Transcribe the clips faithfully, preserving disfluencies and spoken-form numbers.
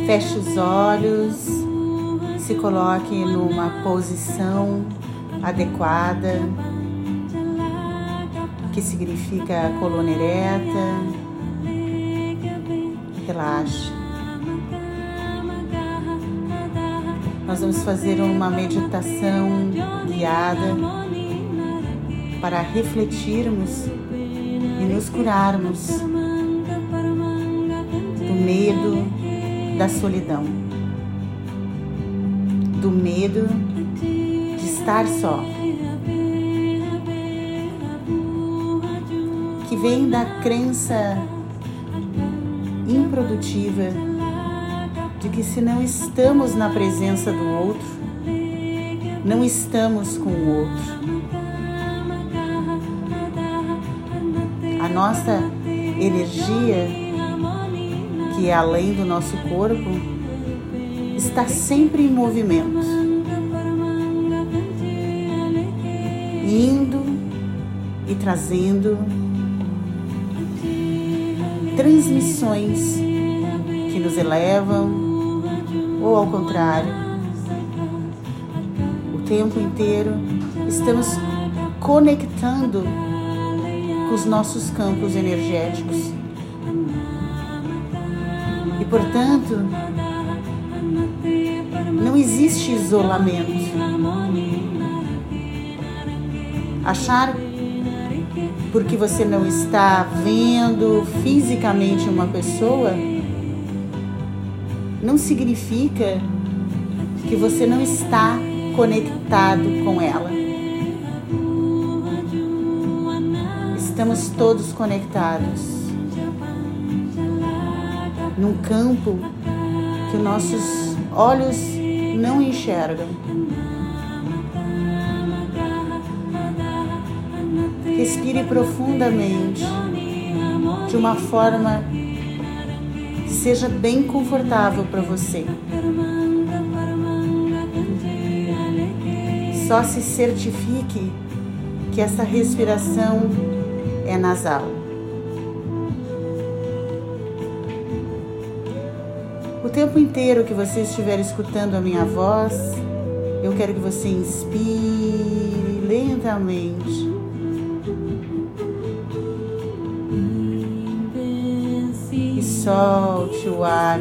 Feche os olhos, se coloque numa posição adequada, que significa coluna ereta. Relaxe. Nós vamos fazer uma meditação guiada para refletirmos e nos curarmos do medo da solidão, do medo de estar só, que vem da crença improdutiva de que se não estamos na presença do outro, não estamos com o outro. A nossa energia, que é além do nosso corpo, está sempre em movimento, indo e trazendo transmissões que nos elevam, ou ao contrário. O tempo inteiro estamos conectando com os nossos campos energéticos. E, portanto, não existe isolamento. Achar porque você não está vendo fisicamente uma pessoa não significa que você não está conectado com ela. Estamos todos conectados num campo que nossos olhos não enxergam. Respire profundamente, de uma forma que seja bem confortável para você. Só se certifique que essa respiração é nasal. O tempo inteiro que você estiver escutando a minha voz, eu quero que você inspire lentamente. E solte o ar.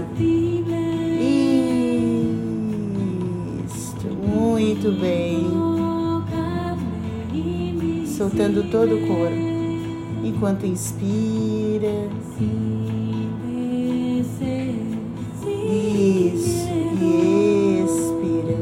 Isto, muito bem. Soltando todo o corpo. Enquanto inspira. Isso, e expira.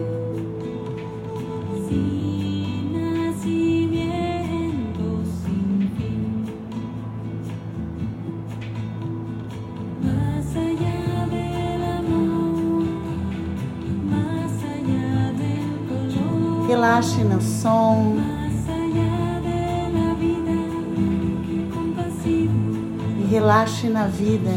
Relaxe no som. E relaxe na vida.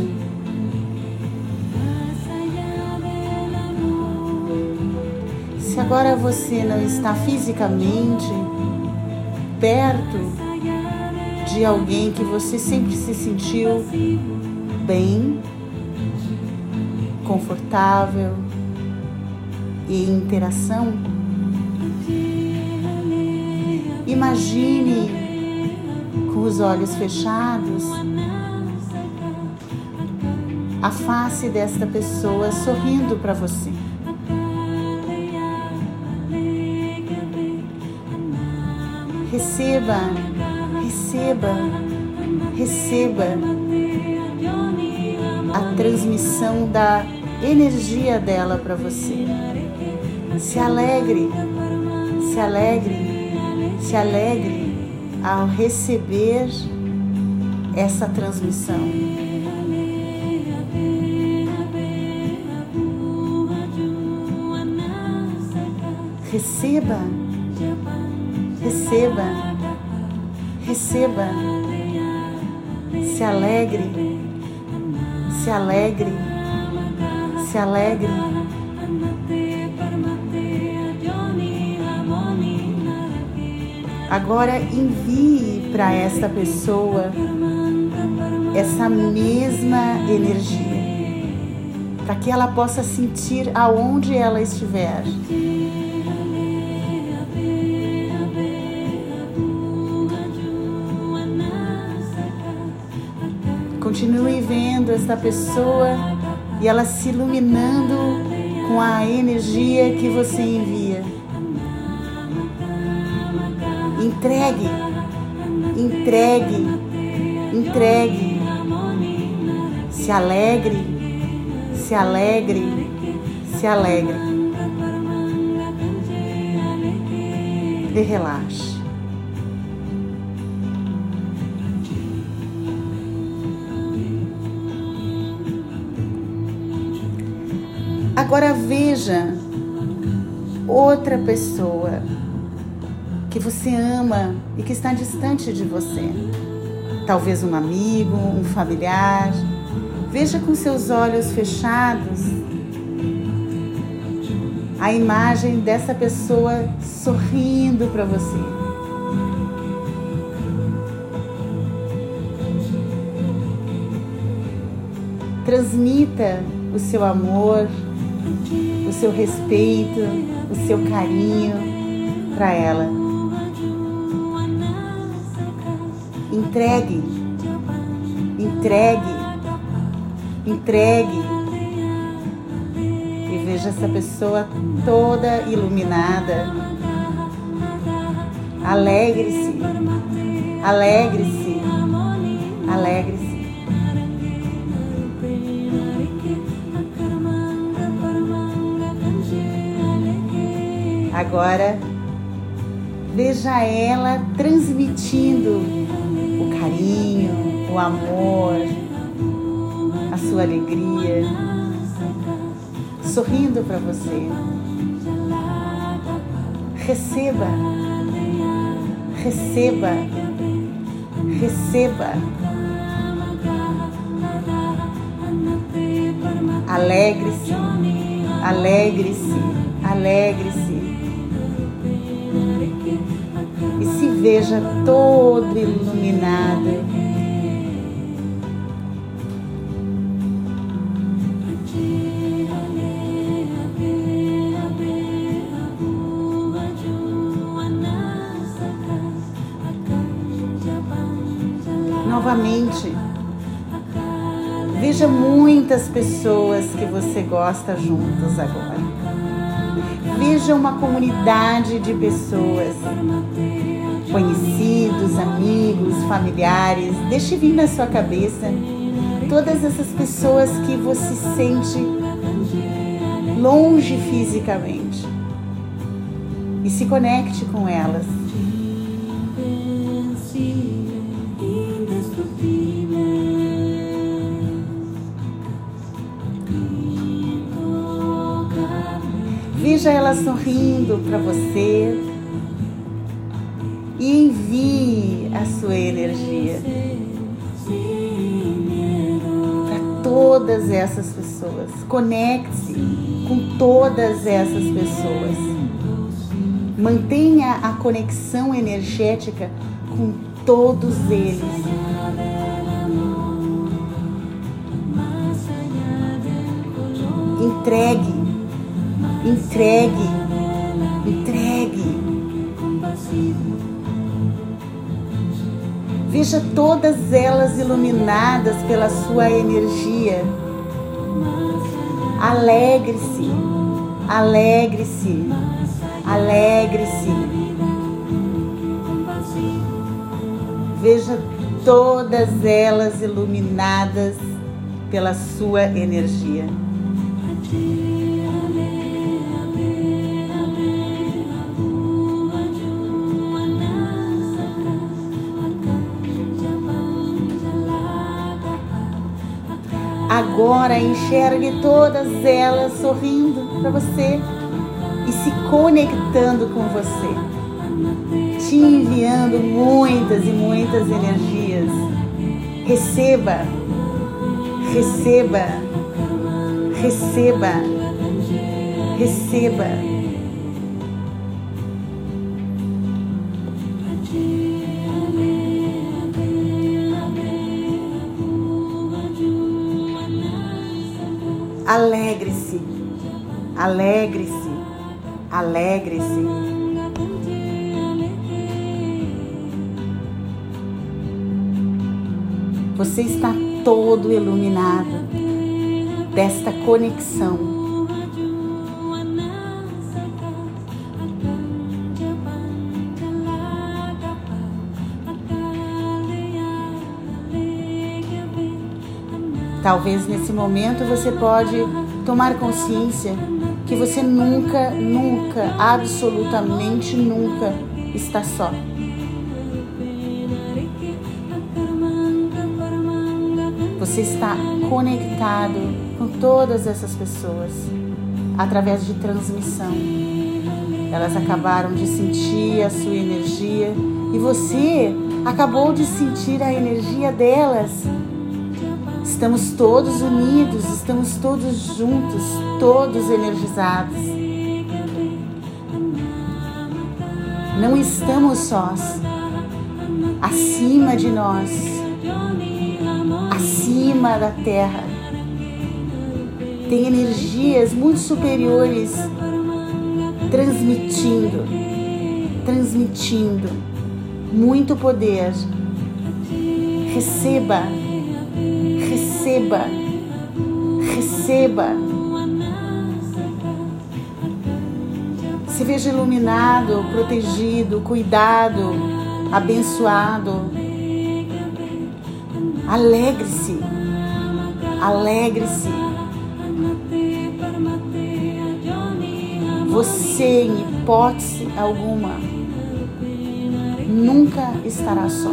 Se agora você não está fisicamente perto de alguém que você sempre se sentiu bem, confortável e em interação, imagine com os olhos fechados a face desta pessoa sorrindo para você. Receba, receba, receba a transmissão da energia dela para você. Se alegre, se alegre, se alegre ao receber essa transmissão. Receba, receba, receba, se alegre, se alegre, se alegre. Agora envie para essa pessoa essa mesma energia. para que ela possa sentir aonde ela estiver. Continue vendo esta pessoa e ela se iluminando com a energia que você envia. Entregue, entregue, entregue. Se alegre, se alegre, se alegre. E relaxe. Agora veja outra pessoa que você ama e que está distante de você. Talvez um amigo, um familiar. Veja com seus olhos fechados a imagem dessa pessoa sorrindo para você. Transmita o seu amor, o seu respeito, o seu carinho para ela. Entregue, entregue, entregue. E veja essa pessoa toda iluminada. Alegre-se, alegre-se, alegre-se. Agora, veja ela transmitindo o carinho, o amor, a sua alegria, sorrindo para você. Receba, receba, receba. Alegre-se, alegre-se, alegre-se. E se veja todo iluminado. Novamente, veja muitas pessoas que você gosta juntos agora. Veja uma comunidade de pessoas, conhecidos, amigos, familiares. Deixe vir na sua cabeça todas essas pessoas que você sente longe fisicamente e se conecte com elas. Veja ela sorrindo para você e envie a sua energia para todas essas pessoas. Conecte-se com todas essas pessoas. Mantenha a conexão energética com todos eles. Entregue. Entregue, entregue. Veja todas elas iluminadas pela sua energia. Alegre-se, alegre-se, alegre-se. Veja todas elas iluminadas pela sua energia. Agora enxergue todas elas sorrindo para você e se conectando com você, te enviando muitas e muitas energias. Receba, receba, receba, receba. Alegre-se, alegre-se, alegre-se. Você está todo iluminado desta conexão. Talvez nesse momento você pode tomar consciência que você nunca, nunca, absolutamente nunca está só. Você está conectado com todas essas pessoas através de transmissão. Elas acabaram de sentir a sua energia e você acabou de sentir a energia delas. Estamos todos unidos, estamos todos juntos, todos energizados. Não estamos sós. Acima de nós, acima da Terra, tem energias muito superiores transmitindo, transmitindo muito poder. Receba. Receba, receba. Se veja iluminado, protegido, cuidado, abençoado. Alegre-se, alegre-se. Você, em hipótese alguma, nunca estará só.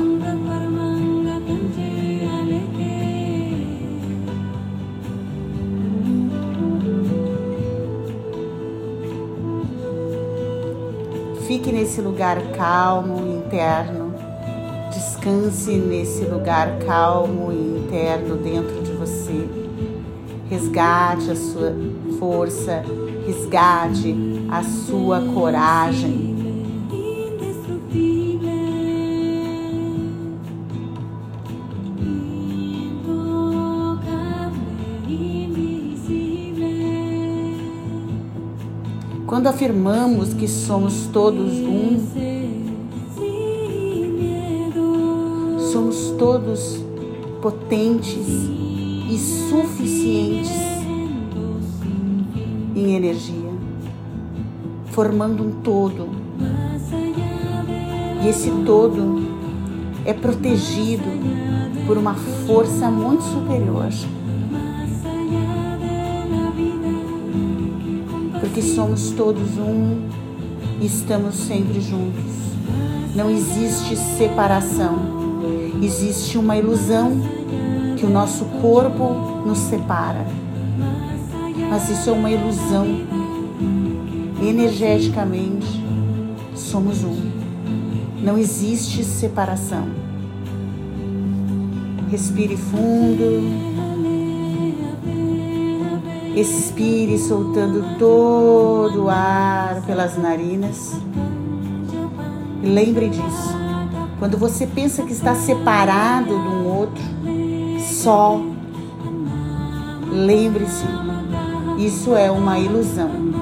Fique nesse lugar calmo e interno. Descanse nesse lugar calmo e interno dentro de você. Resgate a sua força, resgate a sua coragem. Quando afirmamos que somos todos um, somos todos potentes e suficientes em energia, formando um todo. E esse todo é protegido por uma força muito superior. Porque somos todos um e estamos sempre juntos. Não existe separação. Existe uma ilusão que o nosso corpo nos separa. Mas isso é uma ilusão. Energeticamente, somos um. Não existe separação. Respire fundo. Expire soltando todo o ar pelas narinas. E lembre disso. Quando você pensa que está separado de um outro, só, lembre-se, isso é uma ilusão.